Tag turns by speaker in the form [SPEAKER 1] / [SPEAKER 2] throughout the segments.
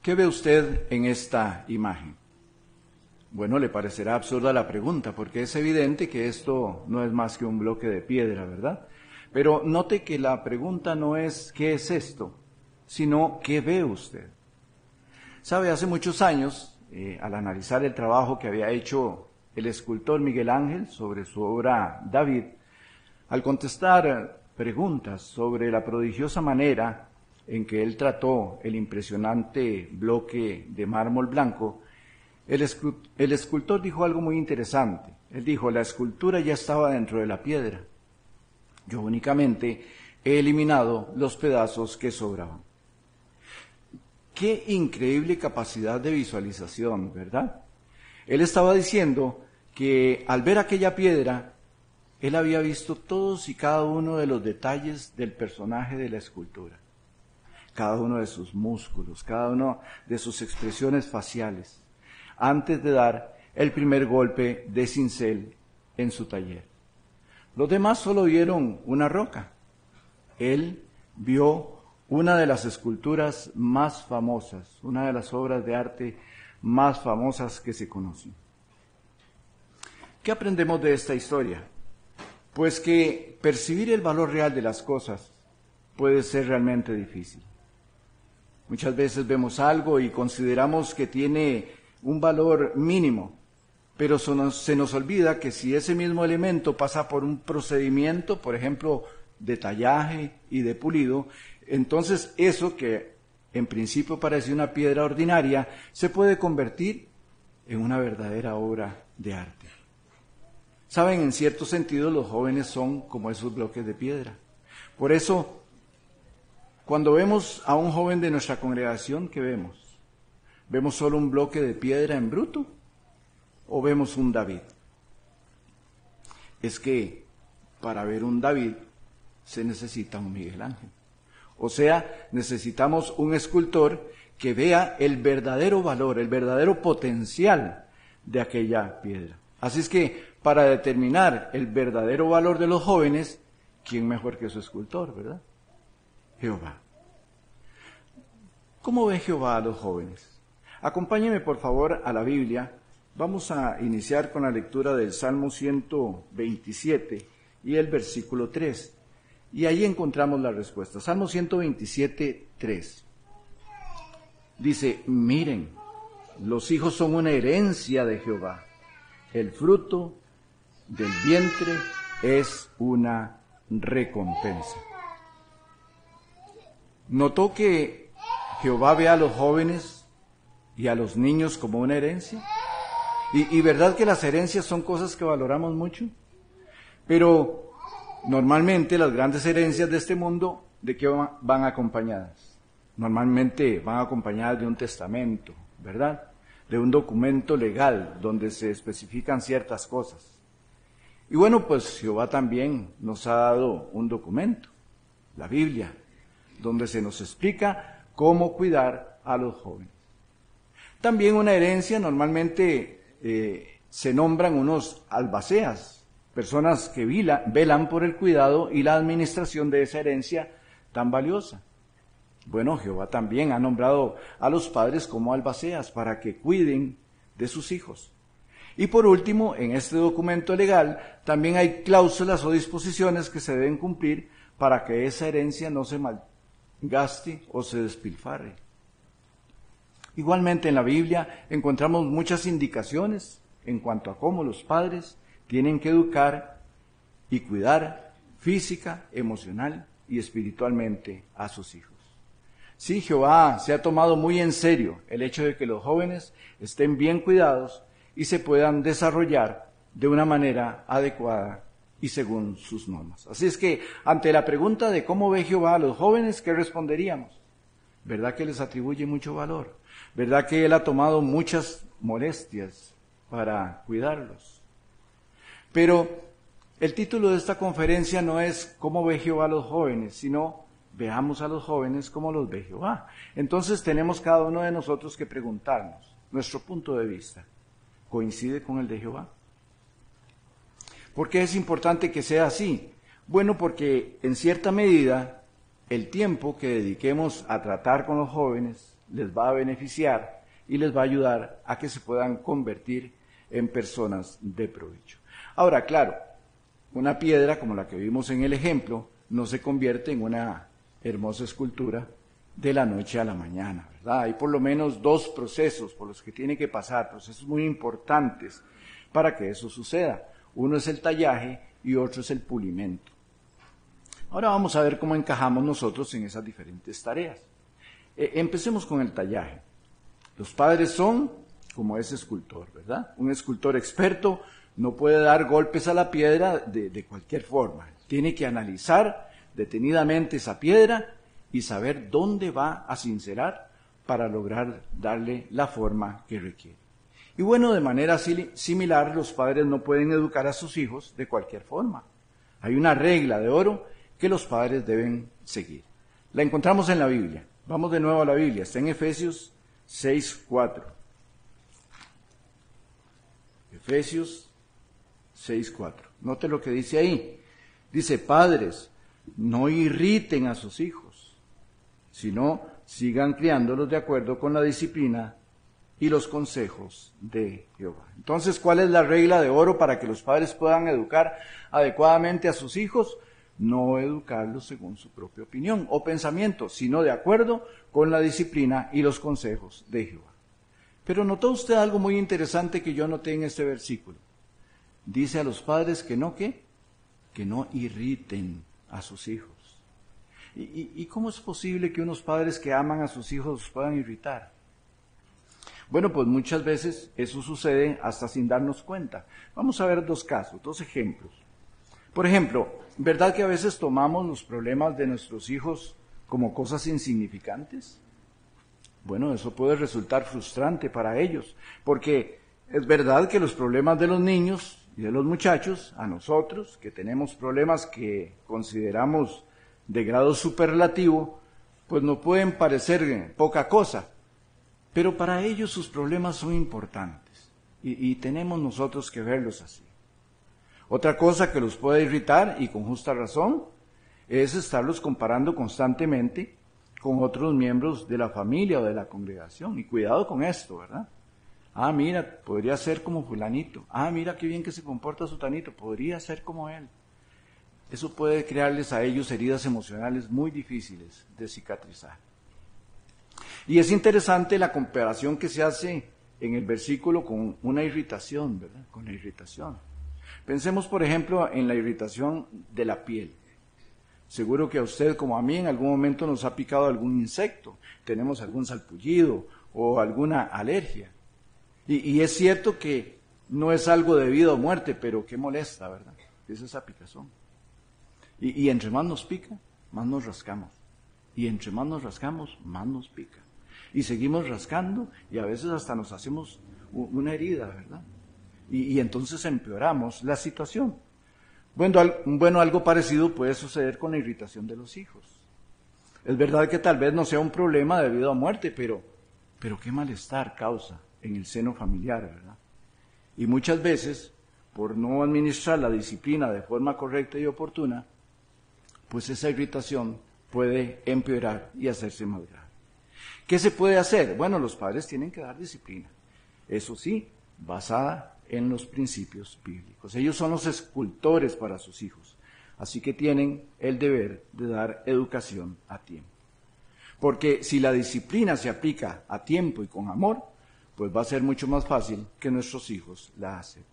[SPEAKER 1] ¿Qué ve usted en esta imagen? Bueno, le parecerá absurda la pregunta, porque es evidente que esto no es más que un bloque de piedra, ¿verdad? Pero note que la pregunta no es ¿qué es esto?, sino ¿qué ve usted? Sabe, hace muchos años, al analizar el trabajo que había hecho el escultor Miguel Ángel sobre su obra David, al contestar preguntas sobre la prodigiosa manera en que él trató el impresionante bloque de mármol blanco, el escultor dijo algo muy interesante. Él dijo, la escultura ya estaba dentro de la piedra. Yo únicamente he eliminado los pedazos que sobraban. Qué increíble capacidad de visualización, ¿verdad? Él estaba diciendo que al ver aquella piedra, él había visto todos y cada uno de los detalles del personaje de la escultura. Cada uno de sus músculos, cada uno de sus expresiones faciales, antes de dar el primer golpe de cincel en su taller. Los demás solo vieron una roca. Él vio una de las esculturas más famosas, una de las obras de arte más famosas que se conocen. ¿Qué aprendemos de esta historia? Pues que percibir el valor real de las cosas puede ser realmente difícil. Muchas veces vemos algo y consideramos que tiene un valor mínimo, pero se nos olvida que si ese mismo elemento pasa por un procedimiento, por ejemplo, de tallaje y de pulido, entonces eso que en principio parece una piedra ordinaria, se puede convertir en una verdadera obra de arte. Saben, en cierto sentido los jóvenes son como esos bloques de piedra. Por eso, cuando vemos a un joven de nuestra congregación, ¿qué vemos? ¿Vemos solo un bloque de piedra en bruto? ¿O vemos un David? Es que para ver un David se necesita un Miguel Ángel. O sea, necesitamos un escultor que vea el verdadero valor, el verdadero potencial de aquella piedra. Así es que para determinar el verdadero valor de los jóvenes, ¿quién mejor que su escultor, verdad? Jehová. ¿Cómo ve Jehová a los jóvenes? Acompáñeme por favor a la Biblia. Vamos a iniciar con la lectura del Salmo 127 y el versículo 3. Y ahí encontramos la respuesta. Salmo 127, 3. Dice, miren, los hijos son una herencia de Jehová. El fruto del vientre es una recompensa. ¿Notó que Jehová ve a los jóvenes y a los niños como una herencia? Y verdad que las herencias son cosas que valoramos mucho, pero normalmente las grandes herencias de este mundo, ¿de qué van acompañadas? Normalmente van acompañadas de un testamento, ¿verdad? De un documento legal donde se especifican ciertas cosas. Y bueno, pues Jehová también nos ha dado un documento, la Biblia, donde se nos explica cómo cuidar a los jóvenes. También una herencia, normalmente se nombran unos albaceas, personas que velan por el cuidado y la administración de esa herencia tan valiosa. Bueno, Jehová también ha nombrado a los padres como albaceas para que cuiden de sus hijos. Y por último, en este documento legal también hay cláusulas o disposiciones que se deben cumplir para que esa herencia no se malgaste o se despilfarre. Igualmente en la Biblia encontramos muchas indicaciones en cuanto a cómo los padres tienen que educar y cuidar física, emocional y espiritualmente a sus hijos. Sí, Jehová se ha tomado muy en serio el hecho de que los jóvenes estén bien cuidados y se puedan desarrollar de una manera adecuada y según sus normas. Así es que, ante la pregunta de cómo ve Jehová a los jóvenes, ¿qué responderíamos? ¿Verdad que les atribuye mucho valor? ¿Verdad que Él ha tomado muchas molestias para cuidarlos? Pero el título de esta conferencia no es ¿cómo ve Jehová a los jóvenes?, sino veamos a los jóvenes como los ve Jehová. Entonces tenemos cada uno de nosotros que preguntarnos, nuestro punto de vista, ¿coincide con el de Jehová? ¿Por qué es importante que sea así? Bueno, porque en cierta medida el tiempo que dediquemos a tratar con los jóvenes, les va a beneficiar y les va a ayudar a que se puedan convertir en personas de provecho. Ahora, claro, una piedra como la que vimos en el ejemplo no se convierte en una hermosa escultura de la noche a la mañana, ¿verdad? Hay por lo menos 2 procesos por los que tiene que pasar, procesos muy importantes para que eso suceda. Uno es el tallaje y otro es el pulimento. Ahora vamos a ver cómo encajamos nosotros en esas diferentes tareas. Empecemos con el tallaje. Los padres son como ese escultor, ¿verdad? Un escultor experto no puede dar golpes a la piedra de cualquier forma. Tiene que analizar detenidamente esa piedra y saber dónde va a sincerar para lograr darle la forma que requiere. Y bueno, de manera similar, los padres no pueden educar a sus hijos de cualquier forma. Hay una regla de oro que los padres deben seguir. La encontramos en la Biblia. Vamos de nuevo a la Biblia. Está en Efesios 6:4. Efesios 6:4. Note lo que dice ahí. Dice, padres, no irriten a sus hijos, sino sigan criándolos de acuerdo con la disciplina y los consejos de Jehová. Entonces, ¿cuál es la regla de oro para que los padres puedan educar adecuadamente a sus hijos? No educarlos según su propia opinión o pensamiento, sino de acuerdo con la disciplina y los consejos de Jehová. Pero notó usted algo muy interesante que yo noté en este versículo. Dice a los padres que no irriten a sus hijos. ¿Y cómo es posible que unos padres que aman a sus hijos los puedan irritar? Bueno, pues muchas veces eso sucede hasta sin darnos cuenta. Vamos a ver 2 casos, 2 ejemplos. Por ejemplo, ¿verdad que a veces tomamos los problemas de nuestros hijos como cosas insignificantes? Bueno, eso puede resultar frustrante para ellos, porque es verdad que los problemas de los niños y de los muchachos, a nosotros, que tenemos problemas que consideramos de grado superlativo, pues nos pueden parecer poca cosa, pero para ellos sus problemas son importantes y tenemos nosotros que verlos así. Otra cosa que los puede irritar, y con justa razón, es estarlos comparando constantemente con otros miembros de la familia o de la congregación. Y cuidado con esto, ¿verdad? Ah, mira, podría ser como fulanito. Ah, mira qué bien que se comporta sutanito, podría ser como él. Eso puede crearles a ellos heridas emocionales muy difíciles de cicatrizar. Y es interesante la comparación que se hace en el versículo con una irritación, ¿verdad? Con la irritación. Pensemos, por ejemplo, en la irritación de la piel. Seguro que a usted, como a mí, en algún momento nos ha picado algún insecto, tenemos algún salpullido o alguna alergia. Y es cierto que no es algo de vida o muerte, pero qué molesta, ¿verdad? Es esa picazón. Y entre más nos pica, más nos rascamos. Y entre más nos rascamos, más nos pica. Y seguimos rascando y a veces hasta nos hacemos una herida, ¿verdad? Y entonces empeoramos la situación. Bueno, algo parecido puede suceder con la irritación de los hijos. Es verdad que tal vez no sea un problema de vida o muerte, pero qué malestar causa en el seno familiar, ¿verdad? Y muchas veces, por no administrar la disciplina de forma correcta y oportuna, pues esa irritación puede empeorar y hacerse más grave. ¿Qué se puede hacer? Bueno, los padres tienen que dar disciplina. Eso sí, basada en los principios bíblicos. Ellos son los escultores para sus hijos, así que tienen el deber de dar educación a tiempo. Porque si la disciplina se aplica a tiempo y con amor, pues va a ser mucho más fácil que nuestros hijos la acepten.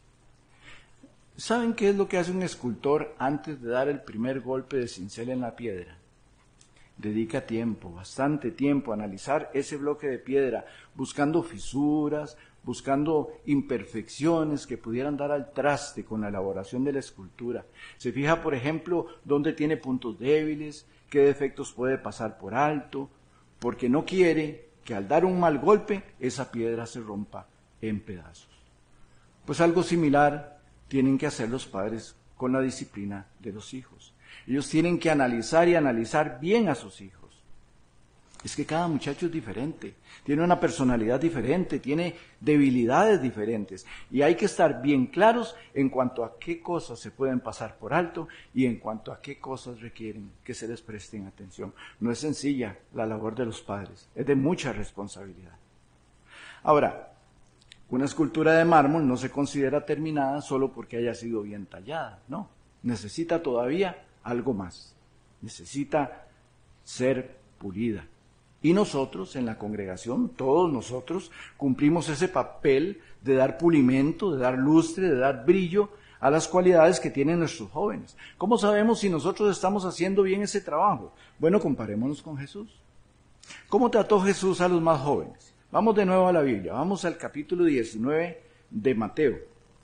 [SPEAKER 1] ¿Saben qué es lo que hace un escultor antes de dar el primer golpe de cincel en la piedra? Dedica tiempo, bastante tiempo, a analizar ese bloque de piedra, buscando fisuras, buscando imperfecciones que pudieran dar al traste con la elaboración de la escultura. Se fija, por ejemplo, dónde tiene puntos débiles, qué defectos puede pasar por alto, porque no quiere que al dar un mal golpe, esa piedra se rompa en pedazos. Pues algo similar tienen que hacer los padres con la disciplina de los hijos. Ellos tienen que analizar y analizar bien a sus hijos. Es que cada muchacho es diferente, tiene una personalidad diferente, tiene debilidades diferentes y hay que estar bien claros en cuanto a qué cosas se pueden pasar por alto y en cuanto a qué cosas requieren que se les presten atención. No es sencilla la labor de los padres, es de mucha responsabilidad. Ahora, una escultura de mármol no se considera terminada solo porque haya sido bien tallada, no, necesita todavía algo más, necesita ser pulida. Y nosotros en la congregación, todos nosotros, cumplimos ese papel de dar pulimento, de dar lustre, de dar brillo a las cualidades que tienen nuestros jóvenes. ¿Cómo sabemos si nosotros estamos haciendo bien ese trabajo? Bueno, comparémonos con Jesús. ¿Cómo trató Jesús a los más jóvenes? Vamos de nuevo a la Biblia, vamos al capítulo 19 de Mateo.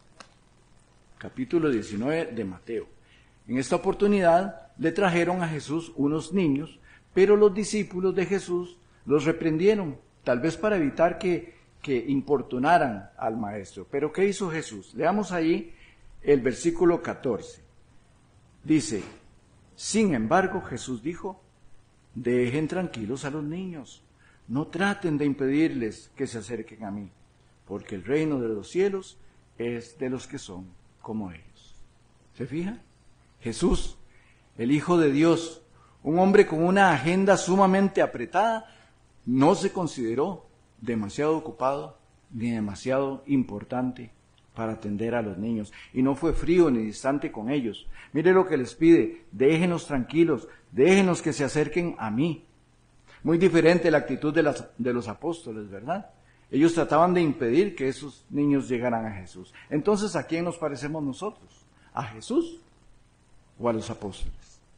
[SPEAKER 1] Capítulo 19 de Mateo. En esta oportunidad le trajeron a Jesús unos niños, pero los discípulos de Jesús los reprendieron, tal vez para evitar que importunaran al maestro. Pero ¿qué hizo Jesús? Leamos ahí el versículo 14. Dice, sin embargo, Jesús dijo, dejen tranquilos a los niños, no traten de impedirles que se acerquen a mí, porque el reino de los cielos es de los que son como ellos. ¿Se fija? Jesús, el Hijo de Dios, un hombre con una agenda sumamente apretada, no se consideró demasiado ocupado ni demasiado importante para atender a los niños. Y no fue frío ni distante con ellos. Mire lo que les pide, déjenlos tranquilos, déjenlos que se acerquen a mí. Muy diferente la actitud de los apóstoles, ¿verdad? Ellos trataban de impedir que esos niños llegaran a Jesús. Entonces, ¿a quién nos parecemos nosotros? ¿A Jesús o a los apóstoles?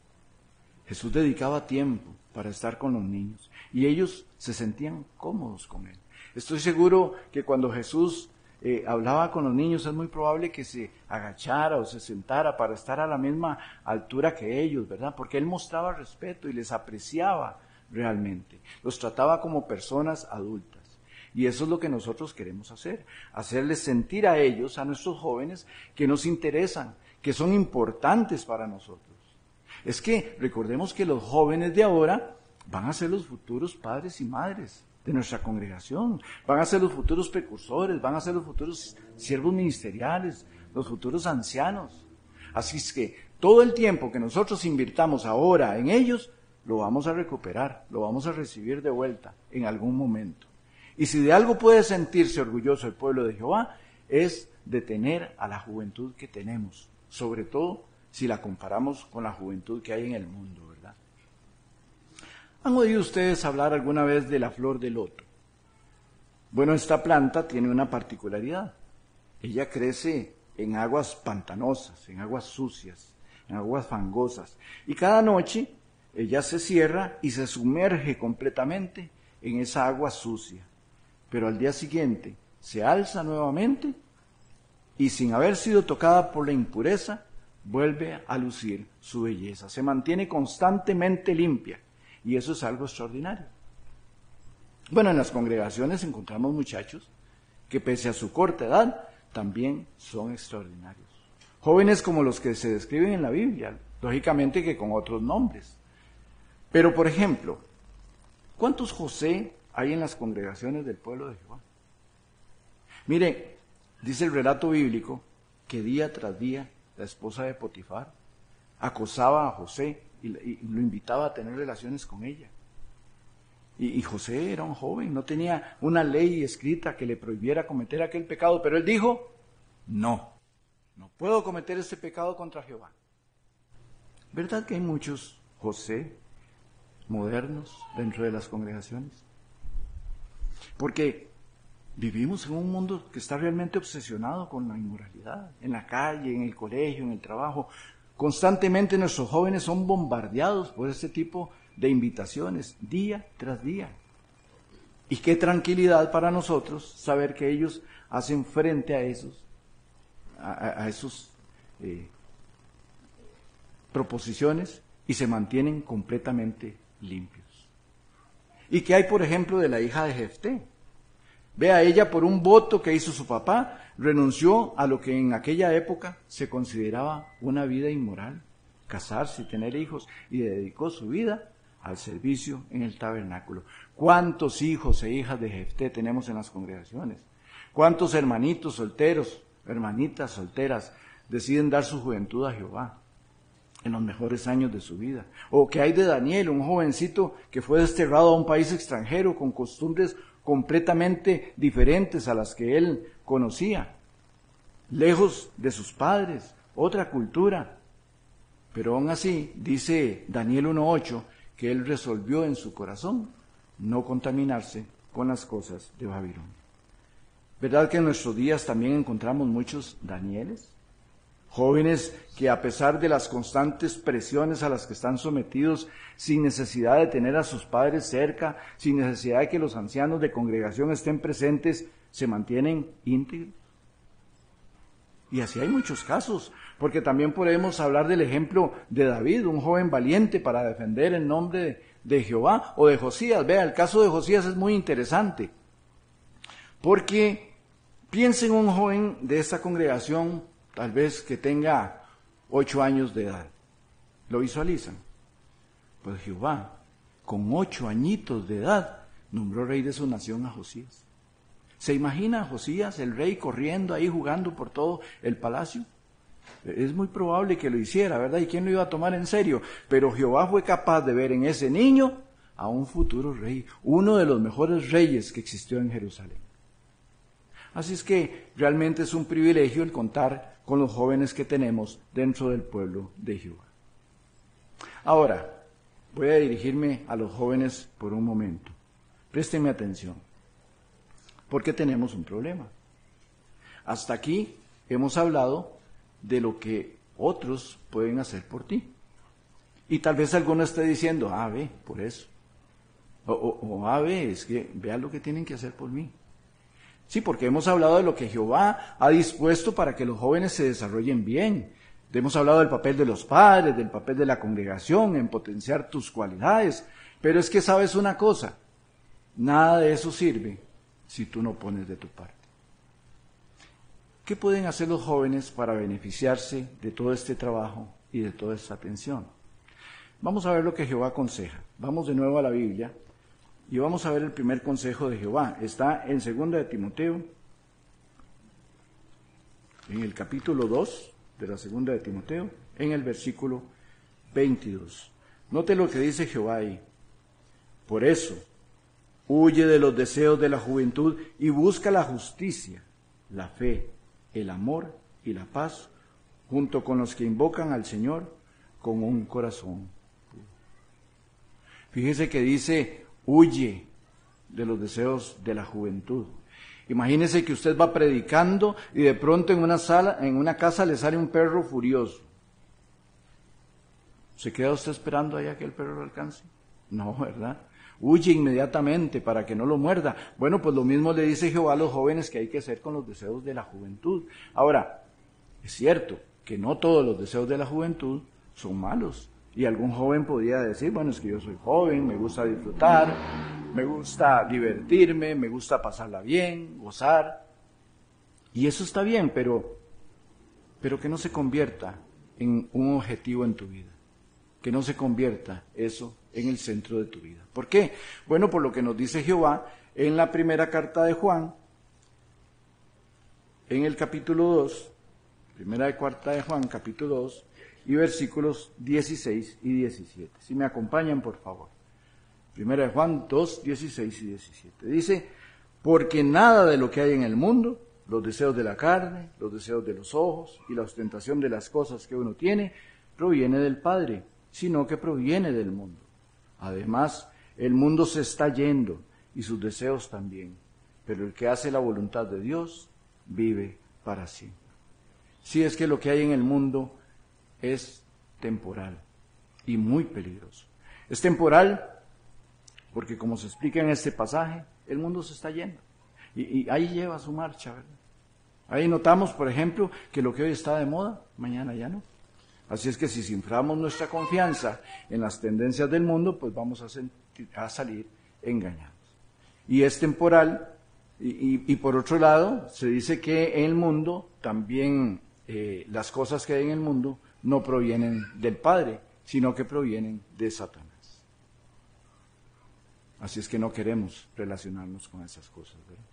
[SPEAKER 1] Jesús dedicaba tiempo para estar con los niños y ellos se sentían cómodos con él. Estoy seguro que cuando Jesús hablaba con los niños es muy probable que se agachara o se sentara para estar a la misma altura que ellos, ¿verdad? Porque él mostraba respeto y les apreciaba realmente. Los trataba como personas adultas. Y eso es lo que nosotros queremos hacer, hacerles sentir a ellos, a nuestros jóvenes, que nos interesan, que son importantes para nosotros. Es que recordemos que los jóvenes de ahora van a ser los futuros padres y madres de nuestra congregación, van a ser los futuros precursores, van a ser los futuros siervos ministeriales, los futuros ancianos. Así es que todo el tiempo que nosotros invirtamos ahora en ellos, lo vamos a recuperar, lo vamos a recibir de vuelta en algún momento. Y si de algo puede sentirse orgulloso el pueblo de Jehová, es de tener a la juventud que tenemos, sobre todo si la comparamos con la juventud que hay en el mundo, ¿verdad? ¿Han oído ustedes hablar alguna vez de la flor de loto? Bueno, esta planta tiene una particularidad. Ella crece en aguas pantanosas, en aguas sucias, en aguas fangosas. Y cada noche ella se cierra y se sumerge completamente en esa agua sucia. Pero al día siguiente se alza nuevamente y sin haber sido tocada por la impureza, vuelve a lucir su belleza, se mantiene constantemente limpia y eso es algo extraordinario. Bueno, en las congregaciones encontramos muchachos que pese a su corta edad también son extraordinarios. Jóvenes como los que se describen en la Biblia, lógicamente que con otros nombres. Pero por ejemplo, ¿cuántos José hay en las congregaciones del pueblo de Jehová? Mire, dice el relato bíblico que día tras día la esposa de Potifar acosaba a José y lo invitaba a tener relaciones con ella. Y José era un joven, no tenía una ley escrita que le prohibiera cometer aquel pecado, pero él dijo, no puedo cometer este pecado contra Jehová. ¿Verdad que hay muchos José modernos dentro de las congregaciones? Porque vivimos en un mundo que está realmente obsesionado con la inmoralidad, en la calle, en el colegio, en el trabajo. Constantemente nuestros jóvenes son bombardeados por este tipo de invitaciones, día tras día. Y qué tranquilidad para nosotros saber que ellos hacen frente a esos proposiciones y se mantienen completamente limpios. ¿Y qué hay, por ejemplo, de la hija de Jefté? Vea, ella por un voto que hizo su papá, renunció a lo que en aquella época se consideraba una vida inmoral, casarse y tener hijos, y dedicó su vida al servicio en el tabernáculo. ¿Cuántos hijos e hijas de Jefté tenemos en las congregaciones? ¿Cuántos hermanitos solteros, hermanitas solteras deciden dar su juventud a Jehová en los mejores años de su vida? ¿O qué hay de Daniel, un jovencito que fue desterrado a un país extranjero con costumbres completamente diferentes a las que él conocía, lejos de sus padres, otra cultura? Pero aún así, dice Daniel 1:8, que él resolvió en su corazón no contaminarse con las cosas de Babilonia. ¿Verdad que en nuestros días también encontramos muchos Danieles? Jóvenes que a pesar de las constantes presiones a las que están sometidos, sin necesidad de tener a sus padres cerca, sin necesidad de que los ancianos de congregación estén presentes, se mantienen íntegros. Y así hay muchos casos, porque también podemos hablar del ejemplo de David, un joven valiente para defender el nombre de Jehová, o de Josías. Vea, el caso de Josías es muy interesante, porque piensen en un joven de esta congregación, tal vez que tenga 8 años de edad. ¿Lo visualizan? Pues Jehová, con 8 añitos de edad, nombró rey de su nación a Josías. ¿Se imagina a Josías, el rey, corriendo ahí, jugando por todo el palacio? Es muy probable que lo hiciera, ¿verdad? ¿Y quién lo iba a tomar en serio? Pero Jehová fue capaz de ver en ese niño a un futuro rey, uno de los mejores reyes que existió en Jerusalén. Así es que realmente es un privilegio el contar con los jóvenes que tenemos dentro del pueblo de Jehová. Ahora, voy a dirigirme a los jóvenes por un momento. Préstenme atención, porque tenemos un problema. Hasta aquí hemos hablado de lo que otros pueden hacer por ti. Y tal vez alguno esté diciendo, ve, por eso. Ve, es que vean lo que tienen que hacer por mí. Sí, porque hemos hablado de lo que Jehová ha dispuesto para que los jóvenes se desarrollen bien. Hemos hablado del papel de los padres, del papel de la congregación, en potenciar tus cualidades. Pero es que sabes una cosa, nada de eso sirve si tú no pones de tu parte. ¿Qué pueden hacer los jóvenes para beneficiarse de todo este trabajo y de toda esta atención? Vamos a ver lo que Jehová aconseja. Vamos de nuevo a la Biblia y vamos a ver el primer consejo de Jehová. Está en 2 de Timoteo, en el capítulo 2 de la 2 de Timoteo, en el versículo 22. Note lo que dice Jehová ahí. Por eso, huye de los deseos de la juventud y busca la justicia, la fe, el amor y la paz, junto con los que invocan al Señor con un corazón puro. Fíjese que dice, huye de los deseos de la juventud. Imagínese que usted va predicando y de pronto en una casa le sale un perro furioso. ¿Se queda usted esperando allá que el perro lo alcance? No, ¿verdad? Huye inmediatamente para que no lo muerda. Bueno, pues lo mismo le dice Jehová a los jóvenes que hay que hacer con los deseos de la juventud. Ahora, es cierto que no todos los deseos de la juventud son malos. Y algún joven podría decir, bueno, es que yo soy joven, me gusta disfrutar, me gusta divertirme, me gusta pasarla bien, gozar. Y eso está bien, pero que no se convierta en un objetivo en tu vida. Que no se convierta eso en el centro de tu vida. ¿Por qué? Bueno, por lo que nos dice Jehová en la primera carta de Juan, en el capítulo 2, primera carta de Juan, capítulo 2, y versículos 16 y 17. Si me acompañan, por favor. Primera de Juan 2, 16 y 17. Dice, porque nada de lo que hay en el mundo, los deseos de la carne, los deseos de los ojos y la ostentación de las cosas que uno tiene, proviene del Padre, sino que proviene del mundo. Además, el mundo se está yendo y sus deseos también, pero el que hace la voluntad de Dios vive para siempre. Si es que lo que hay en el mundo es temporal y muy peligroso. Es temporal porque, como se explica en este pasaje, el mundo se está yendo y ahí lleva su marcha, ¿verdad? Ahí notamos, por ejemplo, que lo que hoy está de moda, mañana ya no. Así es que si ciframos nuestra confianza en las tendencias del mundo, pues vamos a salir engañados. Y es temporal, y por otro lado, se dice que en el mundo también las cosas que hay en el mundo no provienen del Padre, sino que provienen de Satanás. Así es que no queremos relacionarnos con esas cosas, ¿verdad?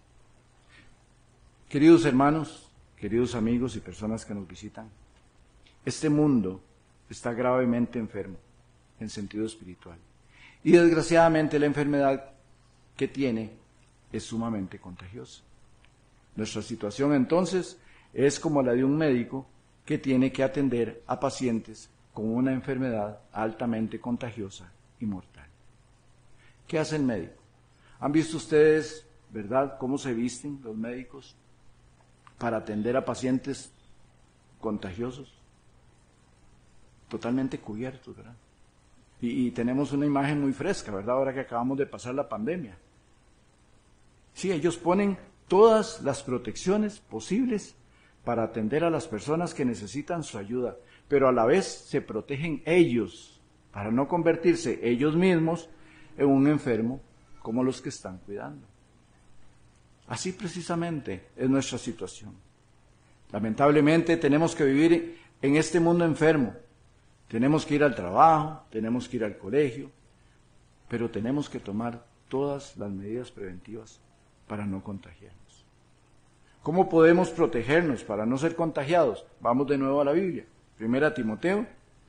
[SPEAKER 1] Queridos hermanos, queridos amigos y personas que nos visitan, este mundo está gravemente enfermo en sentido espiritual. Y desgraciadamente la enfermedad que tiene es sumamente contagiosa. Nuestra situación entonces es como la de un médico que tiene que atender a pacientes con una enfermedad altamente contagiosa y mortal. ¿Qué hace el médico? ¿Han visto ustedes, verdad, cómo se visten los médicos para atender a pacientes contagiosos? Totalmente cubiertos, ¿verdad? Y tenemos una imagen muy fresca, ¿verdad? Ahora que acabamos de pasar la pandemia. Sí, ellos ponen todas las protecciones posibles para atender a las personas que necesitan su ayuda, pero a la vez se protegen ellos para no convertirse ellos mismos en un enfermo como los que están cuidando. Así precisamente es nuestra situación. Lamentablemente tenemos que vivir en este mundo enfermo. Tenemos que ir al trabajo, tenemos que ir al colegio, pero tenemos que tomar todas las medidas preventivas para no contagiarnos. ¿Cómo podemos protegernos para no ser contagiados? Vamos de nuevo a la Biblia. 1 Timoteo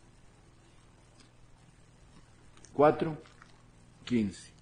[SPEAKER 1] 4:15.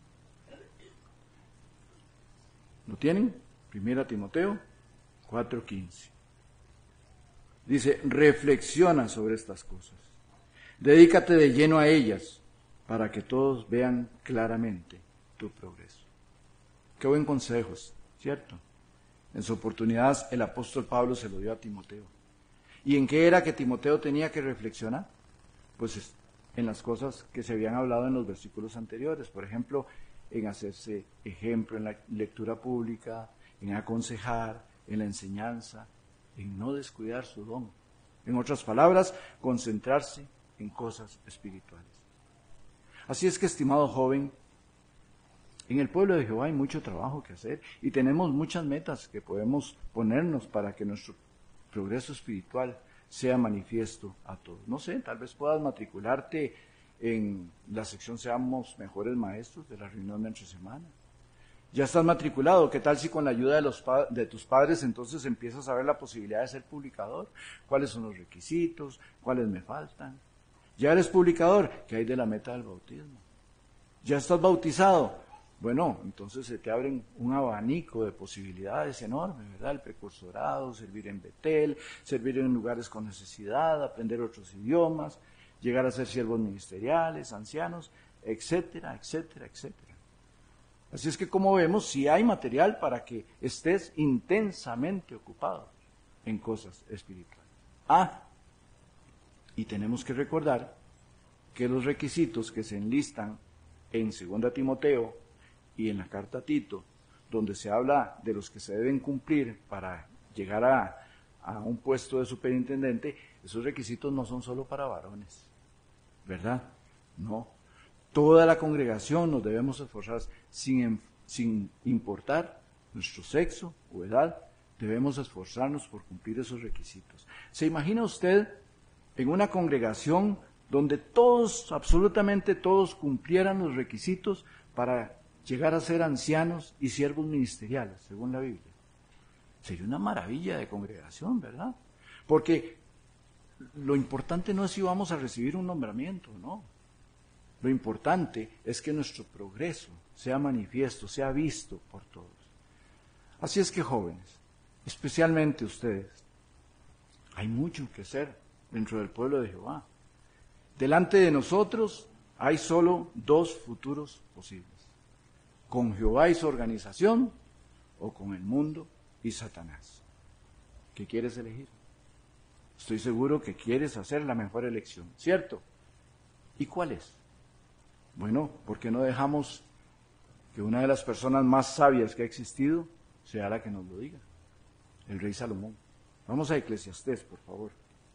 [SPEAKER 1] ¿Lo tienen? 1 Timoteo 4:15. Dice, reflexiona sobre estas cosas. Dedícate de lleno a ellas para que todos vean claramente tu progreso. Qué buen consejo, ¿cierto? En su oportunidad el apóstol Pablo se lo dio a Timoteo. ¿Y en qué era que Timoteo tenía que reflexionar? Pues en las cosas que se habían hablado en los versículos anteriores. Por ejemplo, en hacerse ejemplo en la lectura pública, en aconsejar, en la enseñanza, en no descuidar su don. En otras palabras, concentrarse en cosas espirituales. Así es que, estimado joven, en el pueblo de Jehová hay mucho trabajo que hacer y tenemos muchas metas que podemos ponernos para que nuestro progreso espiritual sea manifiesto a todos. No sé, tal vez puedas matricularte en la sección Seamos Mejores Maestros de la reunión de entre semana. Ya estás matriculado, ¿qué tal si con la ayuda de tus padres entonces empiezas a ver la posibilidad de ser publicador? ¿Cuáles son los requisitos? ¿Cuáles me faltan? Ya eres publicador, ¿qué hay de la meta del bautismo? Ya estás bautizado. Bueno, entonces se te abren un abanico de posibilidades enormes, ¿verdad? El precursorado, servir en Betel, servir en lugares con necesidad, aprender otros idiomas, llegar a ser siervos ministeriales, ancianos, etcétera, etcétera, etcétera. Así es que, como vemos, sí hay material para que estés intensamente ocupado en cosas espirituales. Y tenemos que recordar que los requisitos que se enlistan en 2 Timoteo y en la carta a Tito, donde se habla de los que se deben cumplir para llegar a un puesto de superintendente, esos requisitos no son solo para varones, ¿verdad? No. Toda la congregación nos debemos esforzar sin importar nuestro sexo o edad, debemos esforzarnos por cumplir esos requisitos. ¿Se imagina usted en una congregación donde todos, absolutamente todos, cumplieran los requisitos para llegar a ser ancianos y siervos ministeriales, según la Biblia? Sería una maravilla de congregación, ¿verdad? Porque lo importante no es si vamos a recibir un nombramiento, no. Lo importante es que nuestro progreso sea manifiesto, sea visto por todos. Así es que, jóvenes, especialmente ustedes, hay mucho que hacer dentro del pueblo de Jehová. Delante de nosotros hay solo dos futuros posibles: con Jehová y su organización, o con el mundo y Satanás. ¿Qué quieres elegir? Estoy seguro que quieres hacer la mejor elección, ¿cierto? ¿Y cuál es? Bueno, ¿por qué no dejamos que una de las personas más sabias que ha existido sea la que nos lo diga? El rey Salomón. Vamos a Eclesiastés, por favor.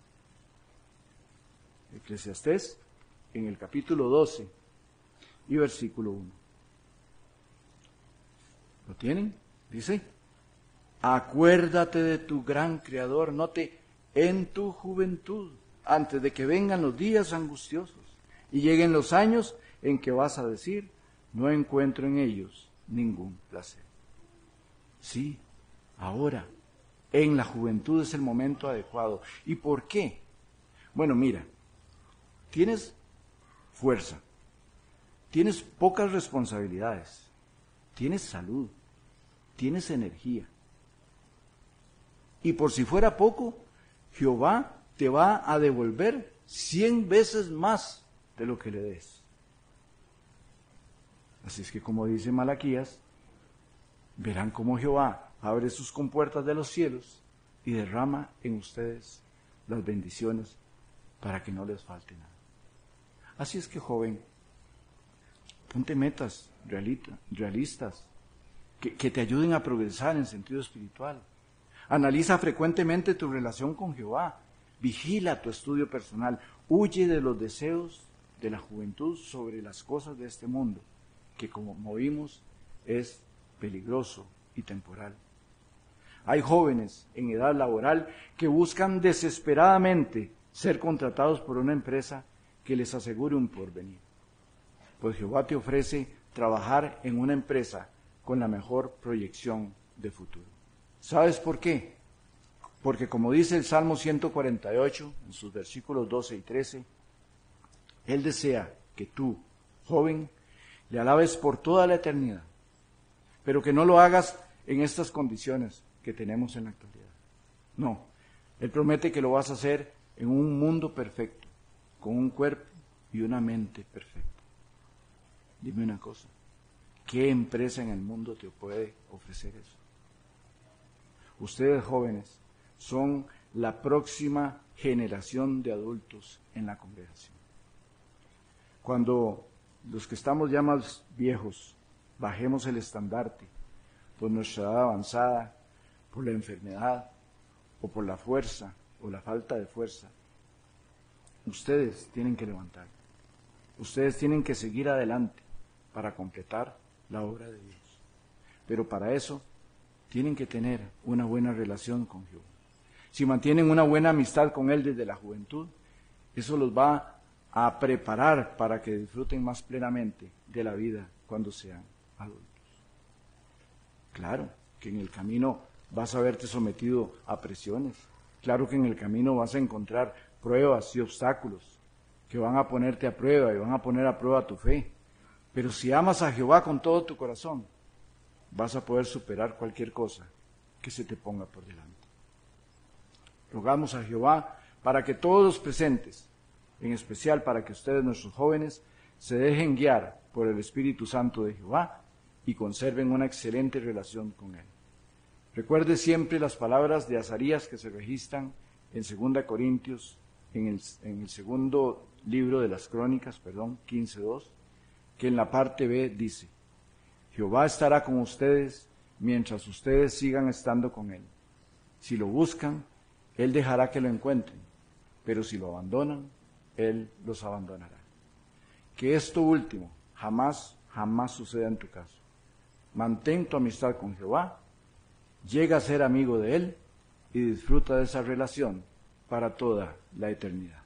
[SPEAKER 1] Eclesiastés, en el capítulo 12 y versículo 1. ¿Lo tienen? Dice: acuérdate de tu gran Creador, note, en tu juventud, antes de que vengan los días angustiosos y lleguen los años en que vas a decir: no encuentro en ellos ningún placer. Sí, ahora, en la juventud es el momento adecuado. ¿Y por qué? Bueno, mira, tienes fuerza, tienes pocas responsabilidades, tienes salud, tienes energía. Y por si fuera poco, Jehová te va a devolver 100 veces más de lo que le des. Así es que, como dice Malaquías, verán cómo Jehová abre sus compuertas de los cielos y derrama en ustedes las bendiciones para que no les falte nada. Así es que, joven, ponte metas realistas que te ayuden a progresar en sentido espiritual. Analiza frecuentemente tu relación con Jehová. Vigila tu estudio personal. Huye de los deseos de la juventud sobre las cosas de este mundo, que, como vimos, es peligroso y temporal. Hay jóvenes en edad laboral que buscan desesperadamente ser contratados por una empresa que les asegure un porvenir. Pues Jehová te ofrece trabajar en una empresa con la mejor proyección de futuro. ¿Sabes por qué? Porque, como dice el Salmo 148, en sus versículos 12 y 13, Él desea que tú, joven, le alabes por toda la eternidad, pero que no lo hagas en estas condiciones que tenemos en la actualidad. No, Él promete que lo vas a hacer en un mundo perfecto, con un cuerpo y una mente perfecta. Dime una cosa, ¿qué empresa en el mundo te puede ofrecer eso? Ustedes, jóvenes, son la próxima generación de adultos en la congregación. Cuando los que estamos ya más viejos bajemos el estandarte por nuestra edad avanzada, por la enfermedad o por la fuerza o la falta de fuerza, ustedes tienen que levantar. Ustedes tienen que seguir adelante para completar la obra de Dios. Pero para eso tienen que tener una buena relación con Jehová. Si mantienen una buena amistad con Él desde la juventud, eso los va a preparar para que disfruten más plenamente de la vida cuando sean adultos. Claro que en el camino vas a verte sometido a presiones. Claro que en el camino vas a encontrar pruebas y obstáculos que van a ponerte a prueba y van a poner a prueba tu fe. Pero si amas a Jehová con todo tu corazón, vas a poder superar cualquier cosa que se te ponga por delante. Rogamos a Jehová para que todos los presentes, en especial para que ustedes, nuestros jóvenes, se dejen guiar por el Espíritu Santo de Jehová y conserven una excelente relación con Él. Recuerde siempre las palabras de Azarías que se registran en 2 Corintios, en el segundo libro de las Crónicas, 15:2, que en la parte B dice: Jehová estará con ustedes mientras ustedes sigan estando con Él. Si lo buscan, Él dejará que lo encuentren, pero si lo abandonan, Él los abandonará. Que esto último jamás suceda en tu caso. Mantén tu amistad con Jehová, llega a ser amigo de Él y disfruta de esa relación para toda la eternidad.